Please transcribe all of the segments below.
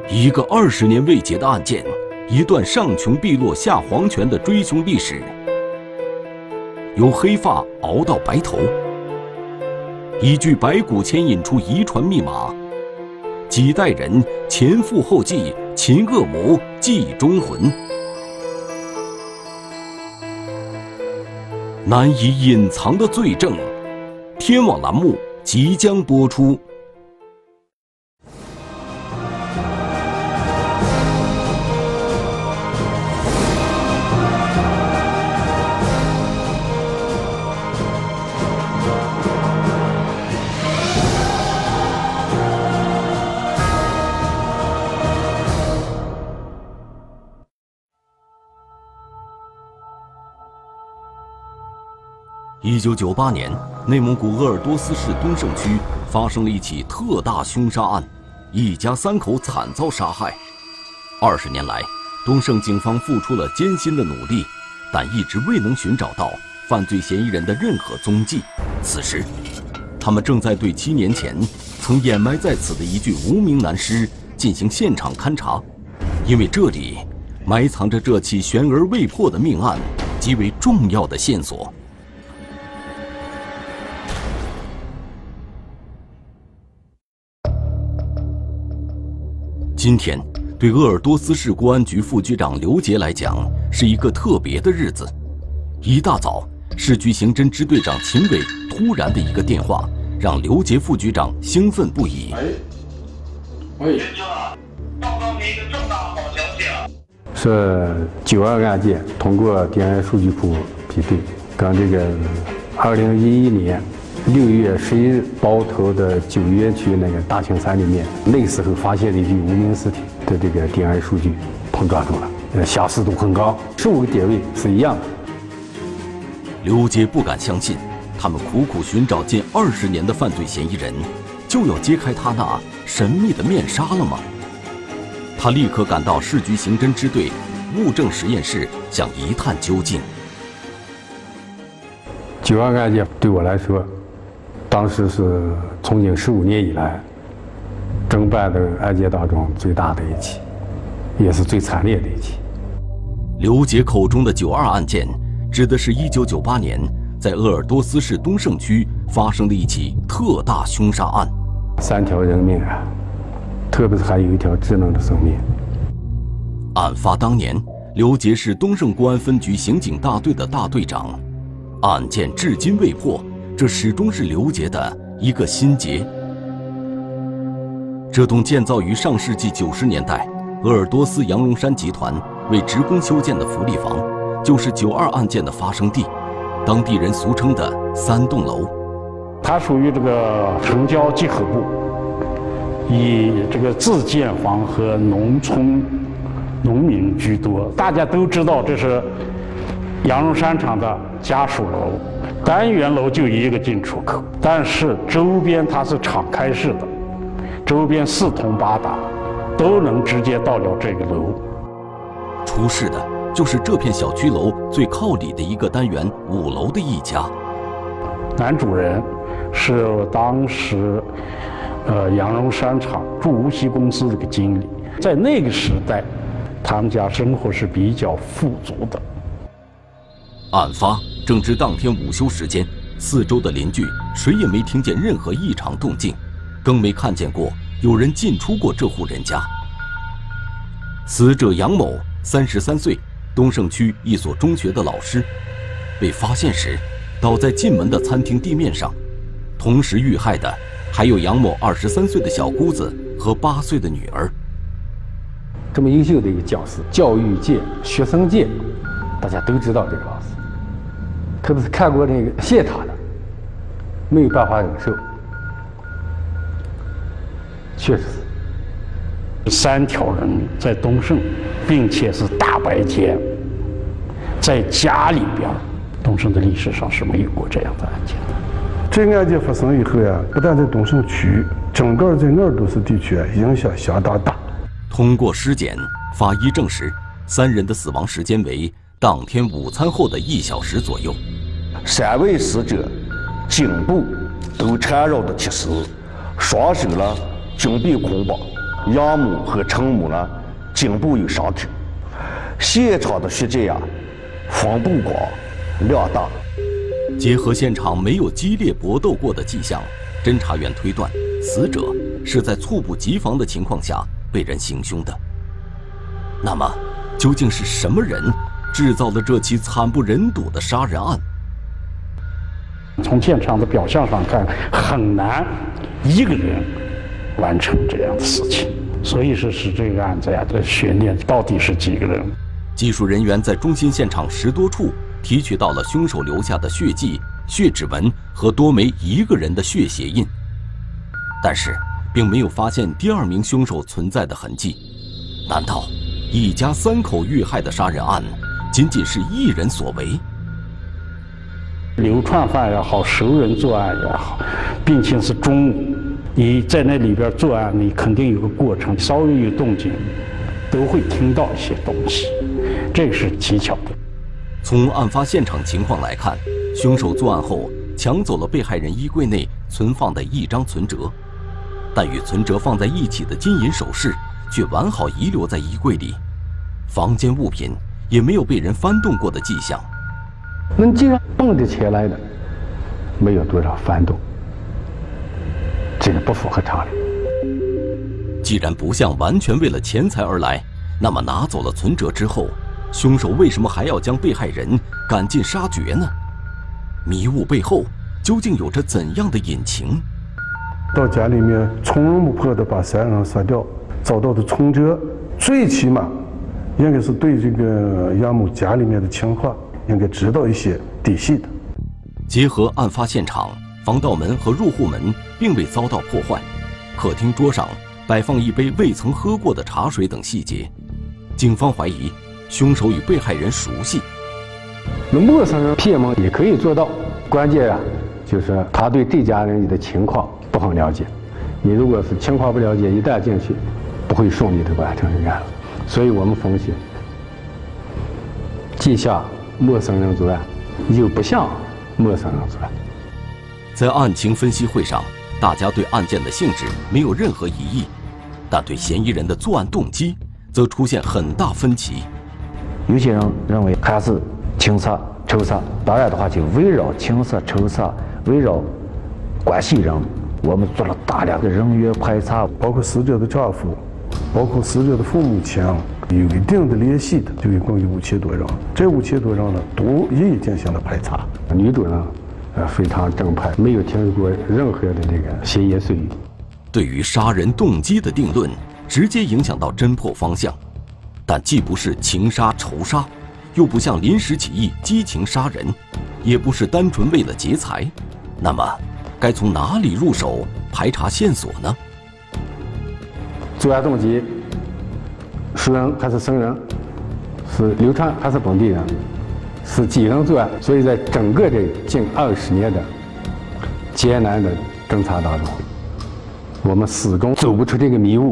一个20年未解的案件，一段上穷碧落下黄泉的追凶历史。由黑发熬到白头，一具白骨牵引出遗传密码，几代人前赴后继，擒恶魔，祭忠魂。难以隐藏的罪证，天网栏目即将播出。1998年，内蒙古鄂尔多斯市东胜区发生了一起特大凶杀案，一家3口惨遭杀害。20年来，东胜警方付出了艰辛的努力，但一直未能寻找到犯罪嫌疑人的任何踪迹。此时，他们正在对7年前曾掩埋在此的一具无名男尸进行现场勘查，因为这里埋藏着这起悬而未破的命案极为重要的线索。今天，对鄂尔多斯市公安局副局长刘杰来讲，是一个特别的日子。一大早，市局刑侦支队长秦伟突然的一个电话，让刘杰副局长兴奋不已。 喂，军哥，报告你一个重大好消息啊！ 是92案件通过DNA数据库比对，跟这个2011年6月11日包头的九约区那个大青山里面，那时候发现的一具无名尸体的这个DNA数据碰撞出了，相似度很高，15个点位是一样的。 刘杰不敢相信，他们苦苦寻找近20年的犯罪嫌疑人，就要揭开他那神秘的面纱了吗？他立刻赶到市局刑侦支队物证实验室，想一探究竟。 92案件对我来说，当时是从警15年以来侦办的案件当中最大的一起，也是最惨烈的一起。 刘杰口中的92案件，指的是1998年在鄂尔多斯市东胜区发生的一起特大凶杀案 ，3条人命啊，特别是还有1条稚嫩的生命。 案发当年，刘杰是东胜公安分局刑警大队的大队长，案件至今未破，这始终是刘杰的一个心结。这栋建造于上世纪90年代鄂尔多斯羊绒山集团为职工修建的福利房，就是92案件的发生地，当地人俗称的3栋楼。 它属于这个城郊结合部，以这个自建房和农村农民居多。大家都知道这是羊绒山厂的家属楼，单元楼就一个进出口，但是周边它是敞开式的，周边4通8达，都能直接到了这个楼。 出事的就是这片小区楼最靠里的一个单元5楼的一家。 男主人是当时羊绒山厂驻无锡公司的一个经理，在那个时代，他们家生活是比较富足的。 案发正值当天午休时间，四周的邻居谁也没听见任何异常动静，更没看见过有人进出过这户人家。死者杨某33岁，东胜区一所中学的老师，被发现时倒在进门的餐厅地面上。同时遇害的还有杨某23岁的小姑子和8岁的女儿。 这么优秀的一个教师，教育界、学生界，大家都知道这个老师，特别是看过那个谢他的，没有办法忍受，确实是 3条人命在东胜，并且是大白天，在家里边，东胜的历史上是没有过这样的案件的。 这个案件发生以后呀，不但在东胜区，整个在鄂尔多斯地区影响相当大。 通过尸检，法医证实，3人的死亡时间为当天午餐后的1小时左右。 3位死者颈部都缠绕着铁丝，双手呢均被捆绑， 杨某和陈某呢颈部有伤体。现场的血迹呀，分布广、量大。 结合现场没有激烈搏斗过的迹象，侦查员推断，死者是在猝不及防的情况下被人行凶的。那么，究竟是什么人制造了这起惨不忍睹的杀人案？ 从现场的表象上看，很难一个人完成这样的事情，所以说使这个案子呀的悬念到底是几个人？ 技术人员在中心现场10多处提取到了凶手留下的血迹、血指纹和多枚一个人的血鞋印，但是并没有发现第2名凶手存在的痕迹。难道一家3口遇害的杀人案仅仅是一人所为？ 流窜犯也好，熟人作案也好，并且是中午，你在那里边作案，你肯定有个过程，稍微有动静，都会听到一些东西，这个是技巧的。 从案发现场情况来看，凶手作案后抢走了被害人衣柜内存放的1张存折，但与存折放在一起的金银首饰却完好遗留在衣柜里，房间物品也没有被人翻动过的迹象。 那既然蹦得起来的，没有多少翻动，这个不符合常理。 既然不像完全为了钱财而来，那么拿走了存折之后，凶手为什么还要将被害人赶尽杀绝呢？迷雾背后究竟有着怎样的隐情？ 到家里面从容不迫地把3人杀掉，找到的存折，最起码应该是对这个杨某家里面的情况应该知道一些底细的。 结合案发现场，防盗门和入户门并未遭到破坏，客厅桌上摆放一杯未曾喝过的茶水等细节，警方怀疑凶手与被害人熟悉。 那陌生人骗吗？也可以做到，关键啊，就是他对这家人的情况不很了解。你如果是情况不了解，一旦进去，不会顺利的完成这个案。所以我们分析，既像陌生人作案，又不像陌生人作案。 在案情分析会上，大家对案件的性质没有任何疑义，但对嫌疑人的作案动机则出现很大分歧。 有些人认为还是情杀、仇杀，当然的话就围绕情杀、仇杀，围绕关系人，我们做了大量的人员排查， 包括死者的丈夫，包括死者的父母亲，有一定的联系的，就一共有5000多人。这5000多人呢，都一一进行了排查。 女主人非常正派，没有听过任何的这个闲言碎语。 对于杀人动机的定论，直接影响到侦破方向。但既不是情杀、仇杀，又不像临时起意激情杀人，也不是单纯为了劫财，那么该从哪里入手排查线索呢？ 作案动机，熟人还是生人，是流窜还是本地人，是几人作案？所以在整个这近20年的艰难的侦查当中，我们始终走不出这个迷雾。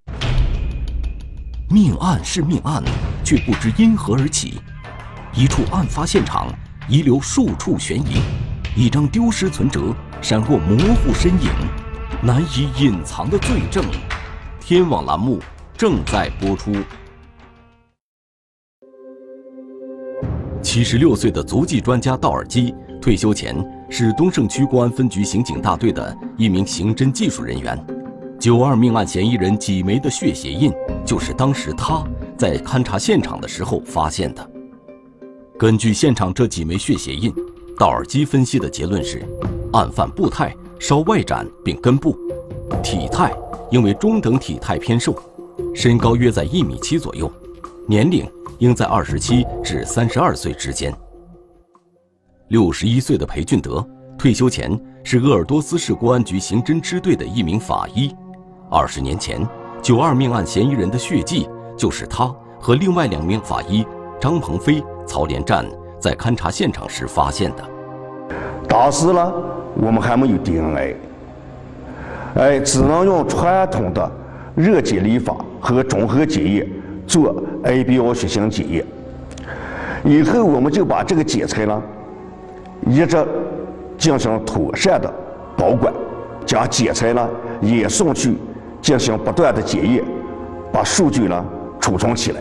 命案是命案，却不知因何而起。一处案发现场遗留数处悬疑，一张丢失存折闪过模糊身影，难以隐藏的罪证。天网栏目正在播出。76岁的足迹专家道尔基退休前是东胜区公安分局刑警大队的一名刑侦技术人员。92命案嫌疑人几枚的血鞋印，就是当时他在勘察现场的时候发现的。根据现场这几枚血鞋印，道尔基分析的结论是：案犯步态稍外展并根部，体态应为中等体态偏瘦，身高约在1.7米左右，年龄应在27至32岁之间。61岁的裴俊德退休前是鄂尔多斯市公安局刑侦支队的一名法医。20年前，92命案嫌疑人的血迹就是他和另外2名法医张鹏飞、曹连战在勘察现场时发现的。 当时呢，我们还没有 DNA， 只能用传统的热解离法和综合检验做 ABO 血型检验。以后我们就把这个检材呢，一直进行妥善的保管，将检材呢也送去进行不断的检验，把数据呢储存起来。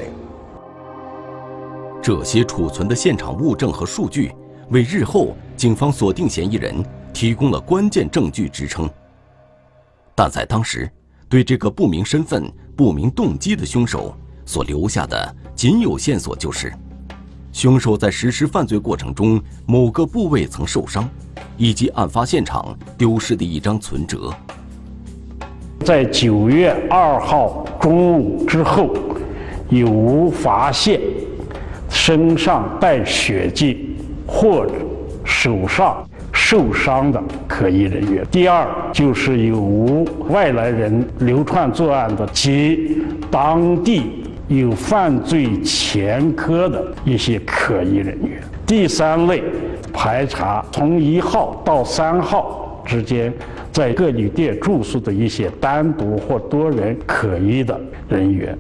这些储存的现场物证和数据，为日后警方锁定嫌疑人提供了关键证据支撑。但在当时，对这个不明身份、不明动机的凶手所留下的仅有线索就是，凶手在实施犯罪过程中某个部位曾受伤，以及案发现场丢失的一张存折。 在9月2号中午之后，有无发现身上带血迹或者手上受伤的可疑人员。第二，就是有无外来人流窜作案的及当地有犯罪前科的一些可疑人员。第三类，排查从1号到3号之间在各旅店住宿的一些单独或多人可疑的人员。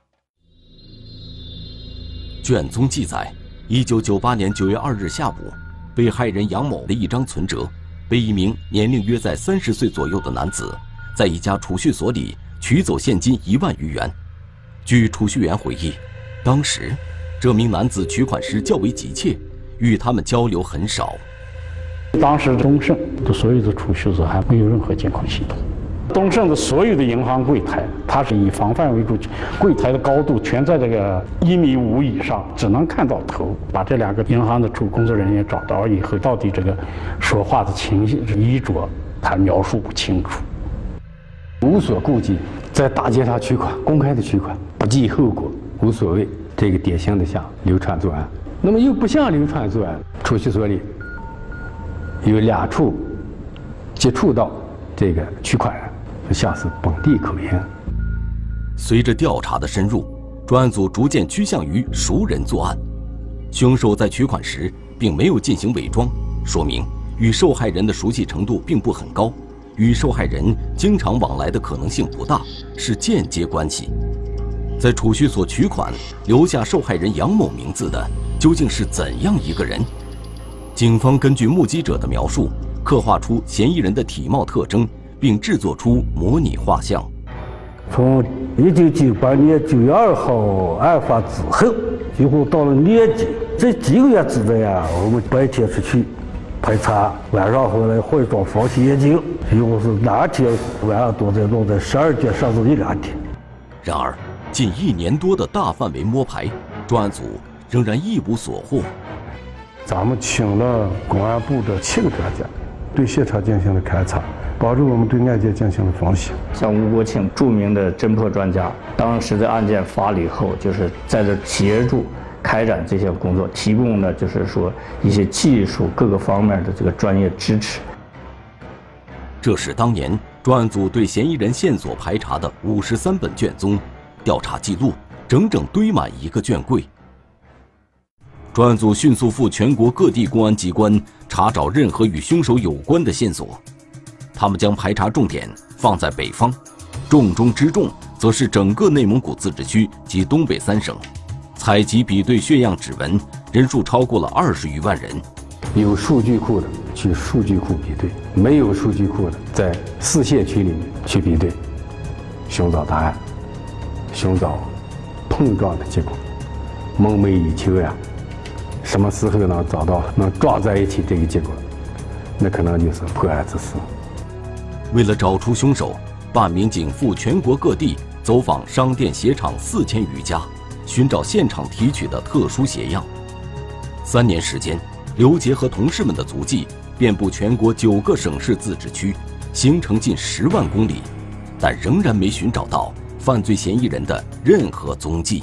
卷宗记载，1998年9月2日下午，被害人杨某的一张存折，被一名年龄约在30岁左右的男子，在一家储蓄所里取走现金1万余元。据储蓄员回忆，当时这名男子取款时较为急切，与他们交流很少。 当时东盛的所有的储蓄所还没有任何监控系统，东盛的所有的银行柜台，它是以防范为主，柜台的高度全在这个1.5米以上，只能看到头。把这2个银行的工作人员找到以后，到底这个说话的情形、衣着，他描述不清楚。 无所顾忌，在大街上取款，公开的取款，不计后果，无所谓，这个典型的像流窜作案。那么又不像流窜作案，储蓄所里有2处接触到这个取款人，像是本地口音。 随着调查的深入，专案组逐渐趋向于熟人作案。凶手在取款时并没有进行伪装，说明与受害人的熟悉程度并不很高，与受害人经常往来的可能性不大，是间接关系。在储蓄所取款留下受害人杨某名字的究竟是怎样一个人？警方根据目击者的描述，刻画出嫌疑人的体貌特征，并制作出模拟画像。 从1998年9月2号案发之后，几乎到了年底，这几个月之内啊，我们白天出去排查，晚上回来换装房间研究，几乎是哪天晚上都在弄在12点甚至1、2点。 然而，近1年多的大范围摸排，专案组仍然一无所获。 咱们请了公安部的7个专家，对现场进行了勘查，帮助我们对案件进行了分析。 像吴国庆，著名的侦破专家，当时的案件发了以后，就是在这协助开展这些工作，提供了就是说一些技术各个方面的这个专业支持。 这是当年专案组对嫌疑人线索排查的53本卷宗，调查记录整整堆满一个卷柜。专案组迅速赴全国各地公安机关查找任何与凶手有关的线索，他们将排查重点放在北方，重中之重则是整个内蒙古自治区及东北3省，采集比对血样指纹人数超过了20余万人。 有数据库的去数据库比对，没有数据库的在4线区里面去比对，寻找答案，寻找碰撞的结果，梦寐以求呀。什么时候能找到能撞在一起这个结果，那可能就是破案之时。 为了找出凶手，办案民警赴全国各地走访商店鞋厂4000余家，寻找现场提取的特殊鞋样。3年时间，刘杰和同事们的足迹遍布全国9个省市自治区，行程近10万公里，但仍然没寻找到犯罪嫌疑人的任何踪迹。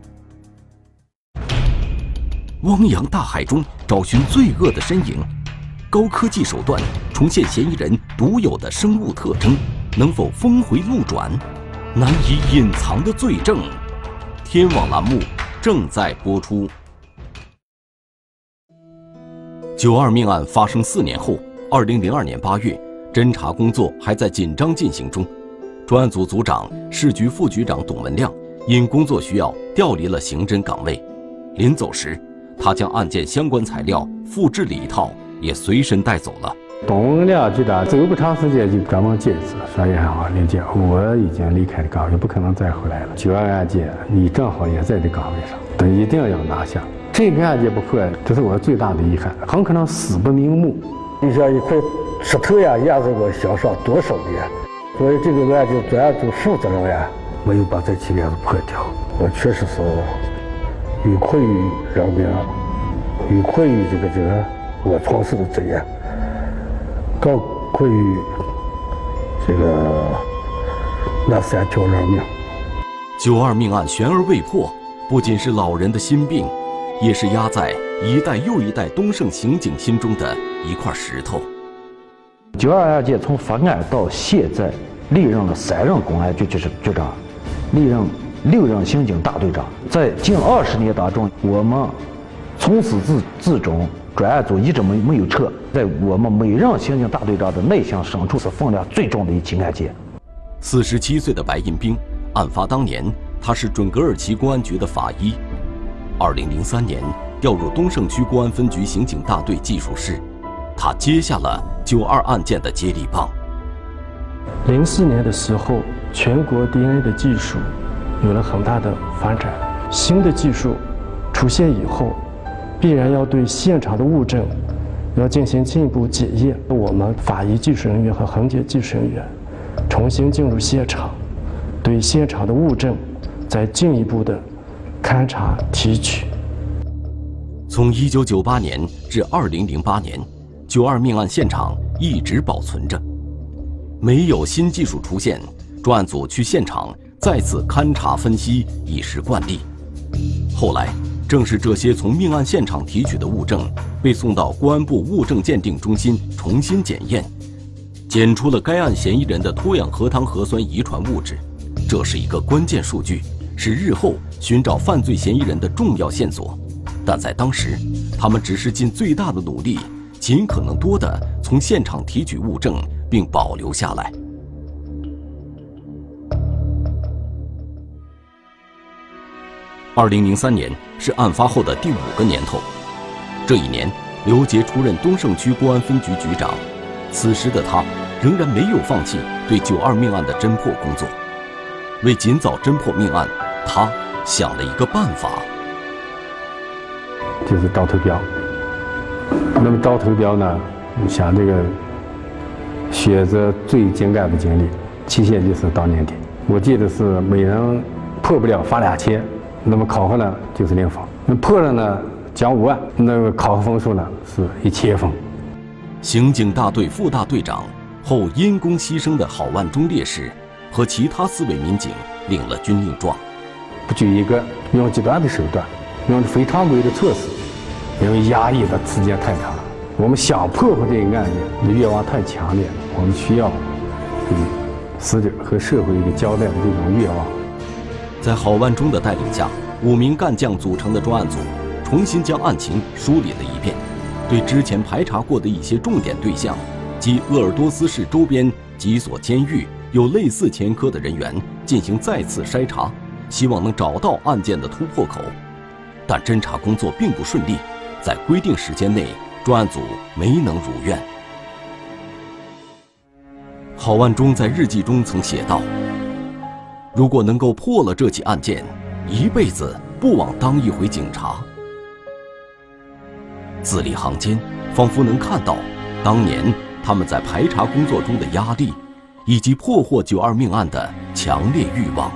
汪洋大海中找寻罪恶的身影，高科技手段重现嫌疑人独有的生物特征，能否峰回路转？难以隐藏的罪证。天网栏目正在播出。92命案发生4年后，2002年8月，侦查工作还在紧张进行中。专案组组长、市局副局长董文亮因工作需要调离了刑侦岗位。临走时，他将案件相关材料复制了一套，也随身带走了。 东亮局长走不长时间就专门接一次，说叶汉华刘姐，我已经离开了岗位，不可能再回来了。92案件你正好也在这岗位上，但一定要拿下。这个案件不破，这是我最大的遗憾，很可能死不瞑目。 就像一块石头呀，压在我心上多少年。所以这个案件专案组负责人呀，没有把这起案子破掉，我确实是有愧于人民，有愧于这个我从事的职业，更愧于这个那3条人命。 92命案悬而未破，不仅是老人的心病，也是压在一代又一代东胜刑警心中的一块石头。 92案件从发案到现在，历任了3任公安局局长，历任6任刑警大队长。在近20年当中，我们从始至终专案组一直没有撤，在我们每任刑警大队长的内心深处是分量最重的一起案件。 47岁的白银兵，案发当年他是准格尔奇公安局的法医，2003年调入东胜区公安分局刑警大队技术室，他接下了92案件的接力棒。 04年的时候，全国 DNA 的技术有了很大的发展，新的技术出现以后，必然要对现场的物证要进行进一步检验。我们法医技术人员和痕检技术人员重新进入现场，对现场的物证再进一步的勘查提取。 从1998年至2008年，92命案现场一直保存着，没有新技术出现，专案组去现场再次勘查分析已是惯例。后来，正是这些从命案现场提取的物证被送到公安部物证鉴定中心重新检验，检出了该案嫌疑人的脱氧核糖核酸遗传物质。这是一个关键数据，是日后寻找犯罪嫌疑人的重要线索。但在当时，他们只是尽最大的努力，尽可能多地从现场提取物证并保留下来。2003年是案发后的第5个年头，这一年，刘杰出任东胜区公安分局局长。此时的他仍然没有放弃对92命案的侦破工作。为尽早侦破命案，他想了一个办法， 就是招投标。那么招投标呢，想这个选择最精干的警力，期限就是到年底。我记得是每人破不了罚2000，那么考核呢就是0分，那破了呢奖5万，那个考核分数呢是1000分。 刑警大队副大队长后因公牺牲的郝万忠烈士和其他4位民警领了军令状， 不拘一格，用极端的手段，用非常规的措施，因为压抑的时间太长了。我们想破获这个案件，愿望太强烈了，我们需要给死者和社会一个交代的这种愿望。 在郝万忠的带领下，5名干将组成的专案组重新将案情梳理了一遍，对之前排查过的一些重点对象，及鄂尔多斯市周边几所监狱有类似前科的人员进行再次筛查，希望能找到案件的突破口。但侦查工作并不顺利，在规定时间内，专案组没能如愿。郝万忠在日记中曾写道：“如果能够破了这起案件，一辈子不枉当一回警察。”字里行间，仿佛能看到当年他们在排查工作中的压力，以及破获92命案的强烈欲望。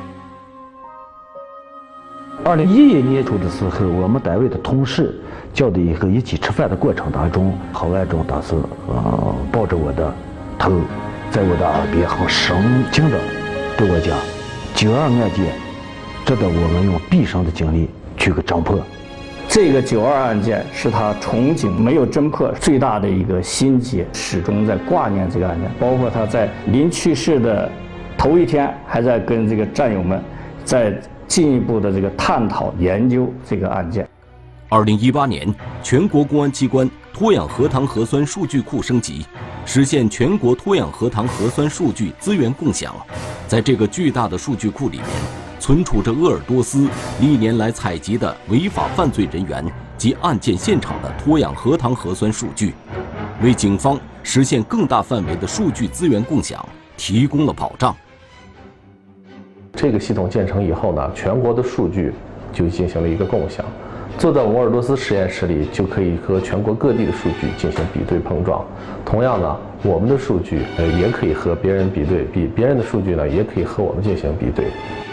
2011年初的时候，我们单位的同事叫的一起吃饭的过程当中，郝万忠当时抱着我的头，在我的耳边很深情的对我讲：“92案件值得我们用毕生的精力去个侦破。” 这个92案件是他从警没有侦破最大的一个心结，始终在挂念这个案件。包括他在临去世的头一天，还在跟这个战友们在进一步的这个探讨研究这个案件。 2018年，全国公安机关脱氧核糖核酸数据库升级，实现全国脱氧核糖核酸数据资源共享。在这个巨大的数据库里面，存储着鄂尔多斯历年来采集的违法犯罪人员及案件现场的脱氧核糖核酸数据，为警方实现更大范围的数据资源共享提供了保障。 这个系统建成以后呢，全国的数据就进行了一个共享。坐在摩尔多斯实验室里，就可以和全国各地的数据进行比对碰撞。同样呢，我们的数据也可以和别人比对，别人的数据呢也可以和我们进行比对。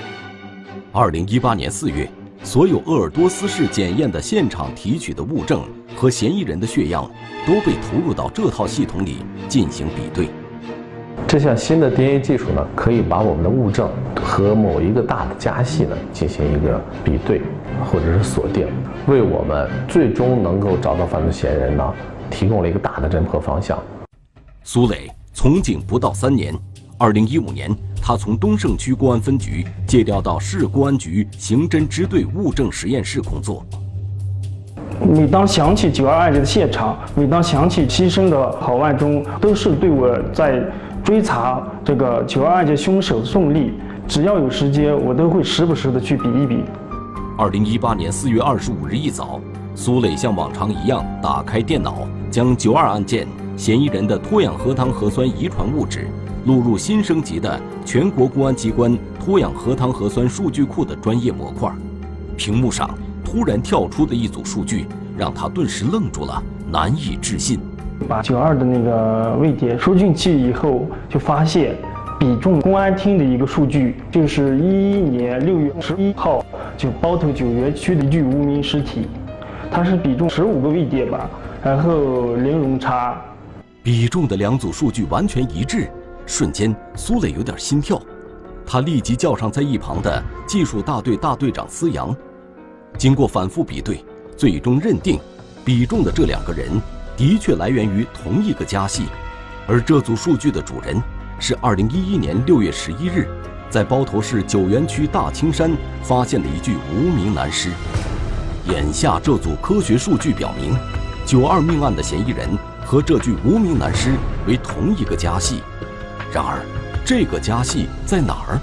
2018年4月，所有鄂尔多斯市检验的现场提取的物证和嫌疑人的血样都被投入到这套系统里进行比对。 这项新的 DNA 技术呢，可以把我们的物证和某一个大的家系呢进行一个比对或者是锁定，为我们最终能够找到犯罪嫌疑人呢提供了一个大的侦破方向。 苏磊从警不到3年，2015年，他从东胜区公安分局借调到市公安局刑侦支队物证实验室工作。 每当想起9·2案件的现场，每当想起牺牲的郝万忠，都是对我在追查这个9·2案件凶手宋立。只要有时间，我都会时不时的去比一比。 2018年4月25日一早，苏磊像往常一样打开电脑，将9·2案件嫌疑人的脱氧核糖核酸遗传物质录入新升级的全国公安机关脱氧核糖核酸数据库的专业模块。屏幕上突然跳出的一组数据，让他顿时愣住了，难以置信。 把9·2的那个位点收进去以后，就发现比中公安厅的一个数据，就是2011年6月11号，就包头9园区的一具无名尸体，它是比中15个位点吧，然后零容差。 比中的2组数据完全一致，瞬间苏磊有点心跳，他立即叫上在一旁的技术大队大队长司阳。经过反复比对，最终认定比中的这2个人的确来源于同一个家系，而这组数据的主人是2011年6月11日在包头市9园区大青山发现的一具无名男尸。眼下这组科学数据表明，9·2命案的嫌疑人和这具无名男尸为同一个家系。然而，这个家系在哪儿？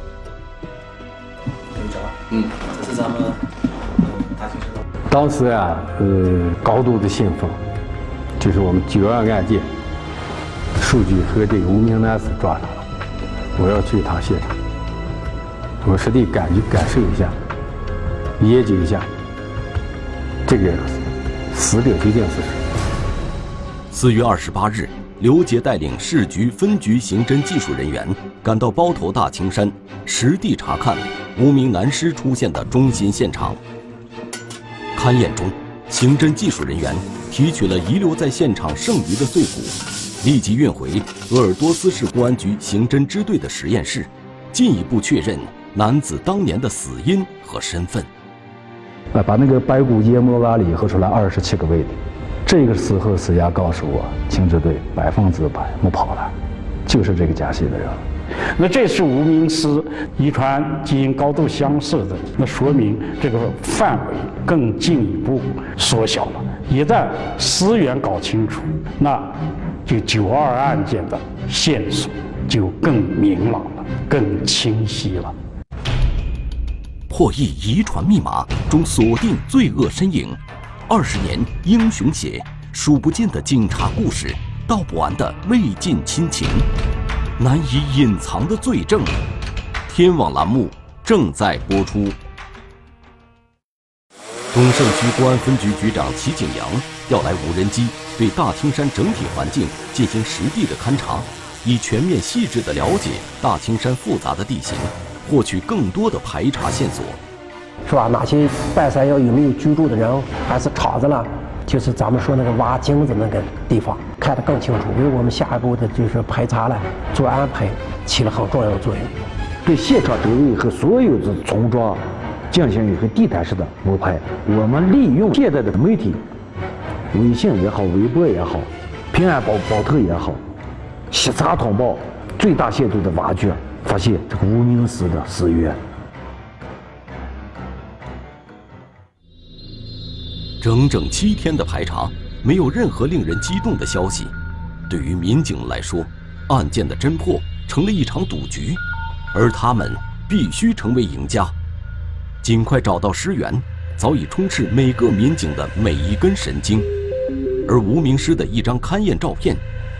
队长，这是咱们大青山。 当时啊，高度的兴奋，就是我们9·2案件数据和这个无名男子抓上了，我要去一趟现场，我实地感受一下，研究一下这个死者究竟是谁。 4月28日，刘杰带领市局分局刑侦技术人员赶到包头大青山，实地查看无名男尸出现的中心现场。勘验中，刑侦技术人员提取了遗留在现场剩余的碎骨，立即运回鄂尔多斯市公安局刑侦支队的实验室，进一步确认男子当年的死因和身份。 把那个白骨研磨完了以后，出来27个位的。这个时候，司衙告诉我，刑侦队100%没跑了，就是这个家系的人。 那这是无名尸遗传基因高度相似的，那说明这个范围更进一步缩小了。一旦尸源搞清楚，那就9·2案件的线索就更明朗了，更清晰了。 破译遗传密码中锁定罪恶身影，20年英雄血，数不尽的警察故事，道不完的未尽亲情，难以隐藏的罪证。天网栏目正在播出。东胜区公安分局局长齐景阳调来无人机，对大青山整体环境进行实地的勘察，以全面细致地了解大青山复杂的地形，获取更多的排查线索， 是吧？哪些半山腰有没有居住的人，还是厂子了？就是咱们说那个挖井子那个地方，看得更清楚，为我们下一步的就是排查了做安排起了很重要的作用。 对现场周围和所有的村庄进行一个地毯式的摸排。我们利用现在的媒体，微信也好，微博也好，平安宝特也好，喜查通报，最大限度的挖掘，发现这个无名尸的死源。 整整7天的排查，没有任何令人激动的消息。对于民警来说，案件的侦破成了一场赌局，而他们必须成为赢家。尽快找到尸源，早已充斥每个民警的每一根神经。而无名尸的一张勘验照片，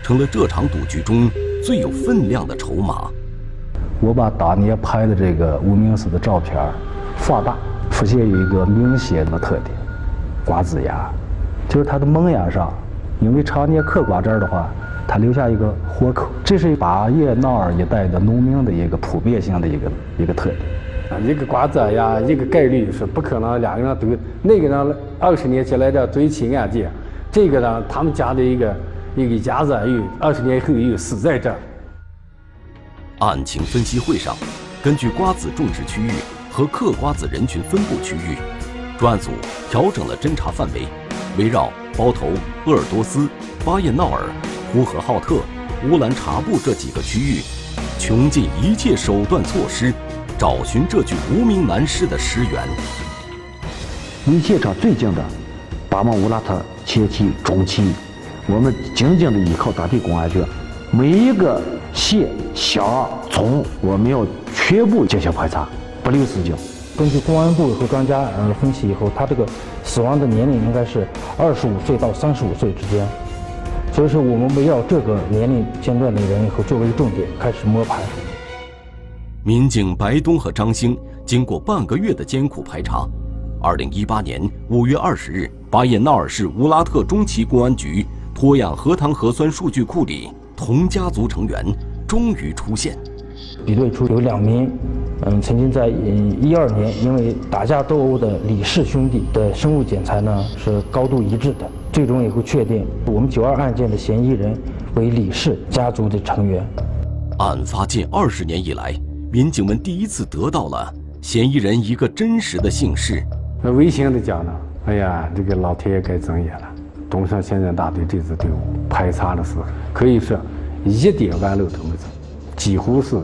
成了这场赌局中最有分量的筹码。 我把当年拍的这个无名氏的照片放大，发现有一个明显的特点：瓜子牙，就是它的萌芽上，因为常年嗑瓜子的话，它留下一个活口，这是巴彦淖尔一带的农民的一个普遍性的一个特点。 一个瓜子呀，一个概率是不可能两个人都。那个呢，20年前来的追妻案件，这个呢，他们家的一个家子有20年后又死在这儿。 案情分析会上，根据瓜子种植区域和嗑瓜子人群分布区域，专案组调整了侦查范围，围绕包头、鄂尔多斯、巴彦淖尔、呼和浩特、乌兰察布这几个区域，穷尽一切手段措施，找寻这具无名男尸的尸源。 离现场最近的巴盟乌拉特前期、中期，我们紧紧的依靠当地公安局，每一个县、乡、村，我们要全部进行排查，不留死角。 根据公安部和专家分析以后，他这个死亡的年龄应该是25岁到35岁之间，所以说我们围绕这个年龄阶段的人以后作为重点开始摸排。 民警白东和张兴经过半个月的艰苦排查，2018年5月20日，巴彦淖尔市乌拉特中旗公安局托样核糖核酸数据库里，同家族成员终于出现。 比对出有2名，曾经在12年因为打架斗殴的李氏兄弟的生物检材呢是高度一致的，最终也会确定我们92案件的嫌疑人为李氏家族的成员。 案发近20年以来，民警们第一次得到了嫌疑人一个真实的姓氏。 那违心的讲呢，哎呀，这个老天爷该睁眼了。东胜刑警大队这支队伍排查的时候，可以说一点弯路都没走，几乎是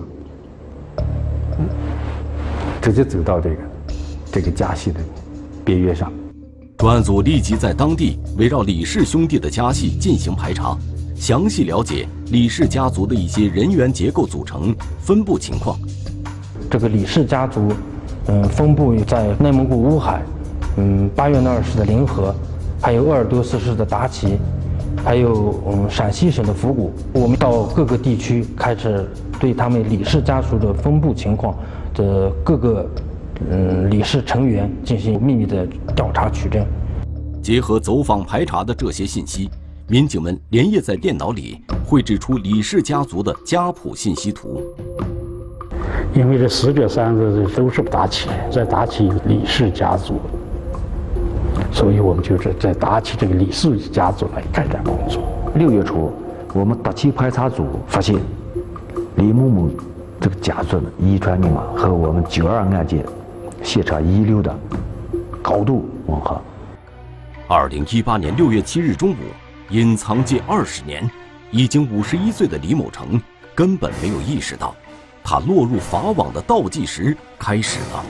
直接走到这个家系的边缘上。 专案组立即在当地围绕李氏兄弟的家系进行排查，详细了解李氏家族的一些人员结构组成、分布情况。 这个李氏家族，分布在内蒙古乌海，巴彦淖尔市的临河，还有鄂尔多斯市的达旗，还有陕西省的府谷。我们到各个地区开始对他们李氏家族的分布情况的各个李氏成员进行秘密的调查取证。 结合走访排查的这些信息，民警们连夜在电脑里绘制出李氏家族的家谱信息图。 因为这死者3个都是达旗，在达旗有李氏家族，所以我们就是在达旗这个李氏家族来开展工作。 6月初，我们特级排查组发现李某某这个家族的遗传密码和我们92案件现场遗留的高度吻合。 2018年6月7日中午，隐藏近20年，已经51岁的李某成根本没有意识到，他落入法网的倒计时开始了。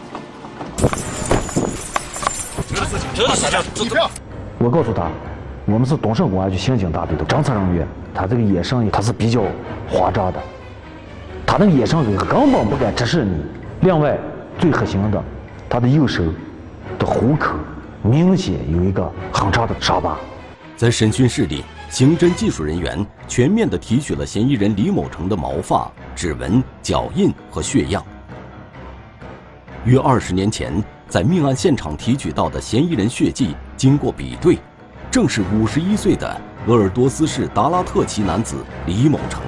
我告诉他，我们是东胜公安局刑警大队的侦查人员，他这个眼神他是比较慌张的，他那个眼神根本不敢直视你。另外，最核心的，他的右手的虎口明显有一个很长的伤疤。 在审讯室里，刑侦技术人员全面地提取了嫌疑人李某成的毛发、指纹、脚印和血样。约20年前在命案现场提取到的嫌疑人血迹，经过比对，正是51岁的鄂尔多斯市达拉特旗男子李某成。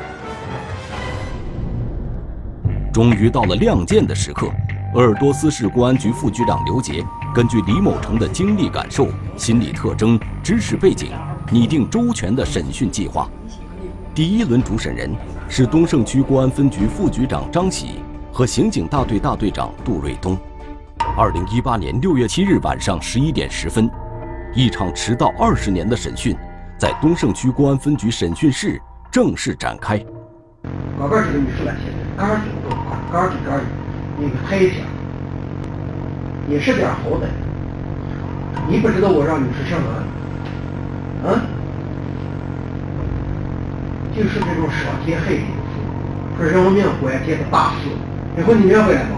终于到了亮剑的时刻，鄂尔多斯市公安局副局长刘杰根据李某成的经历感受、心理特征、知识背景，拟定周全的审讯计划。第1轮主审人是东胜区公安分局副局长张喜和刑警大队大队长杜瑞东。2018年6月7日晚上11点10分，一场迟到20年的审讯，在东胜区公安分局审讯室正式展开。 刚刚这个女士来，刚刚那个拍一下，也是点好歹。你不知道我让女士上哪？就是这种伤天害理的事，是人命关天的大事。以后你明白了吗？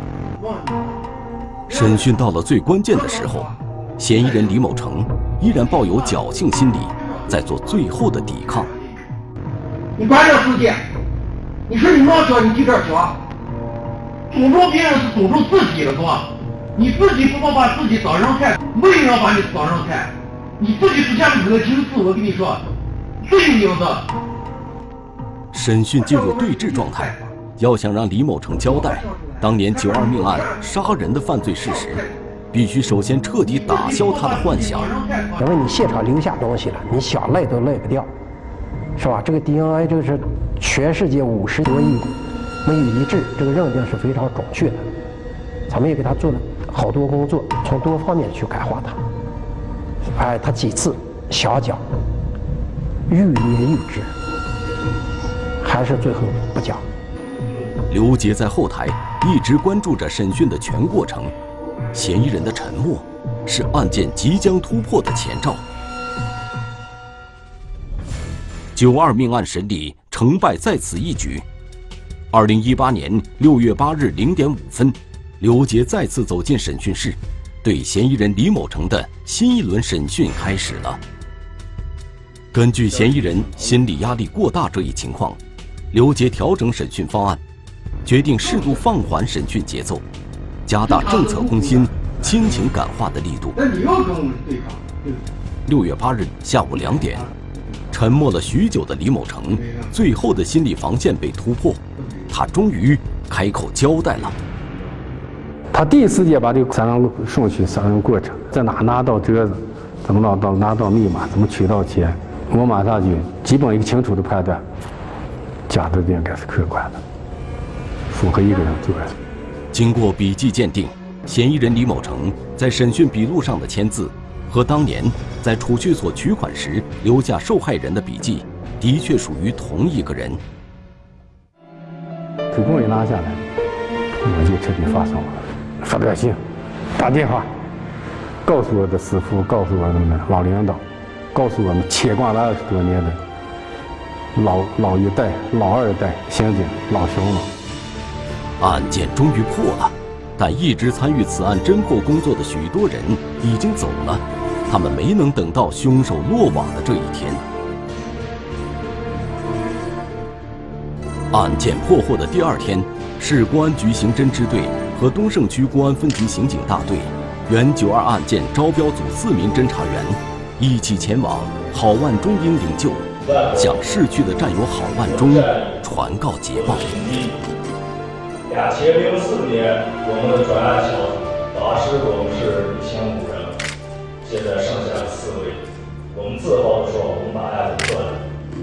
审讯到了最关键的时候，嫌疑人李某成依然抱有侥幸心理， 在做最后的抵抗。 你管这世界，你说你闹小，你就这小，诅咒别人是诅咒自己了，是吧？你自己不把自己当人看，没人要把你当人看，你自己之前的这个警示，我跟你说，最有名的。 审讯进入对峙状态，要想让李某成交代当年92命案杀人的犯罪事实，必须首先彻底打消他的幻想。 因为你现场留下东西了，你想赖都赖不掉，是吧？这个 DNA 这个是全世界50多亿没有一致，这个认定是非常准确的。咱们也给他做了好多工作，从多方面去感化他。哎，他几次想讲，欲言又止，还是最后不讲。 刘杰在后台一直关注着审讯的全过程，嫌疑人的沉默是案件即将突破的前兆。92命案审理成败在此一举。2018年6月8日0点5分，刘杰再次走进审讯室，对嫌疑人李某成的新一轮审讯开始了。根据嫌疑人心理压力过大这一情况，刘杰调整审讯方案，决定适度放缓审讯节奏，加大政策攻心、亲情感化的力度。 那你要跟我们对抗。 6月8日下午2点，沉默了许久的李某成，最后的心理防线被突破，他终于开口交代了。 他第一时间把这个杀人顺序、杀人过程，在哪拿到折子，怎么拿到密码，怎么取到钱，我马上就基本一个清楚的判断，假的应该是客观的，符合一个人做的。 经过笔迹鉴定，嫌疑人李某成在审讯笔录上的签字和当年在储蓄所取款时留下受害人的笔迹，的确属于同一个人。 指控一拿下来，我就彻底发生了，发短信、打电话，告诉我的师傅，告诉我们的老领导，告诉我们牵挂了20多年的老一代、老二代刑警老兄们。 案件终于破了，但一直参与此案侦破工作的许多人已经走了，他们没能等到凶手落网的这一天。案件破获的第2天，市公安局刑侦支队和东胜区公安分局刑警大队原92案件招标组4名侦查员一起前往郝万忠英灵柩，向逝去的战友郝万忠传告捷报。 2004年，我们的专案小组当时我们是1500人，现在剩下4位。我们自豪地说，我们把案子做了。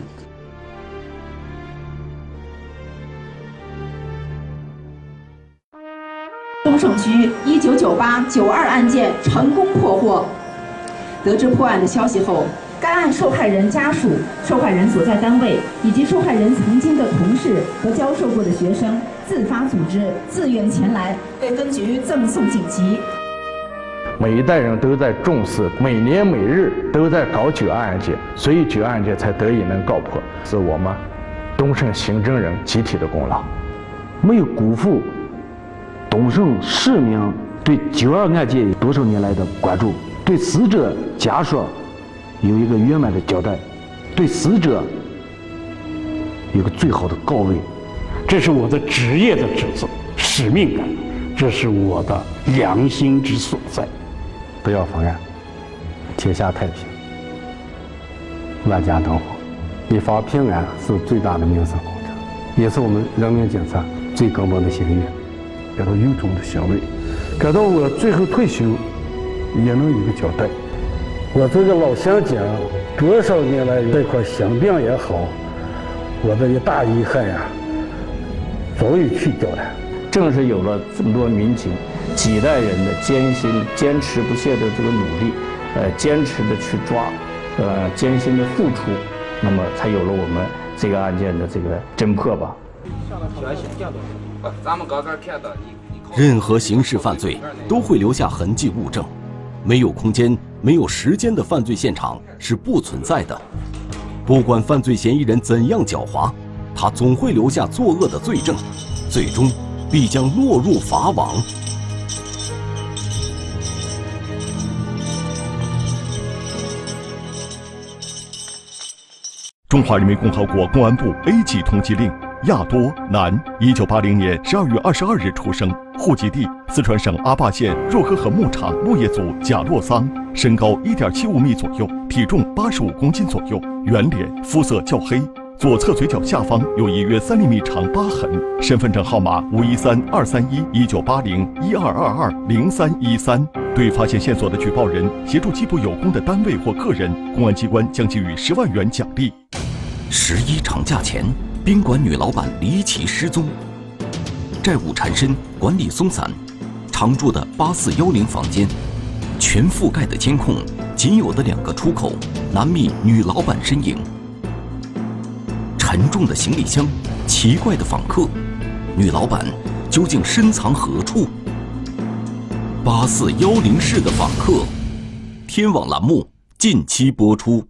东胜区1998-92案件成功破获。得知破案的消息后，该案受害人家属、受害人所在单位以及受害人曾经的同事和教授过的学生自发组织、自愿前来为分局赠送锦旗。 每一代人都在重视，每年每日都在搞9案案件，所以9案件才得以能告破，是我们东胜刑侦人集体的功劳， 没有辜负东胜市民对92案件多少年来的关注，对死者家属有一个圆满的交代，对死者有个最好的告慰。 这是我的职业的职责、使命感，这是我的良心之所在。 不要妨碍，天下太平，万家灯火，一方平安是最大的民生工程，也是我们人民警察最根本的心愿。 感到由衷的欣慰，感到我最后退休也能有个交代。 我这个老乡讲，多少年来这块乡病也好，我的一大遗憾呀，终于去掉了。 正是有了这么多民警几代人的艰辛、坚持不懈的这个努力，坚持的去抓，艰辛的付出，那么才有了我们这个案件的这个侦破吧。 咱们刚才看到任何刑事犯罪都会留下痕迹物证，没有空间、没有时间的犯罪现场是不存在的。不管犯罪嫌疑人怎样狡猾，他总会留下作恶的罪证，最终必将落入法网。 中华人民共和国公安部 A 级通缉令亚多，男，1980年12月22日出生，户籍地四川省阿坝县若呵河牧场牧业族贾洛桑，身高1.75米左右，体重85公斤左右，圆脸，肤色较黑，左侧嘴角下方有一约3厘米长疤痕，身份证号码513-231-1980-1222-0313。对发现线索的举报人协助缉捕有功的单位或个人，公安机关将给予10万元奖励。 11长假前，宾馆女老板离奇失踪，债务缠身，管理松散，常住的8410房间，全覆盖的监控，仅有的2个出口，难觅女老板身影。沉重的行李箱，奇怪的访客，女老板究竟深藏何处？8410室的访客，天网栏目近期播出。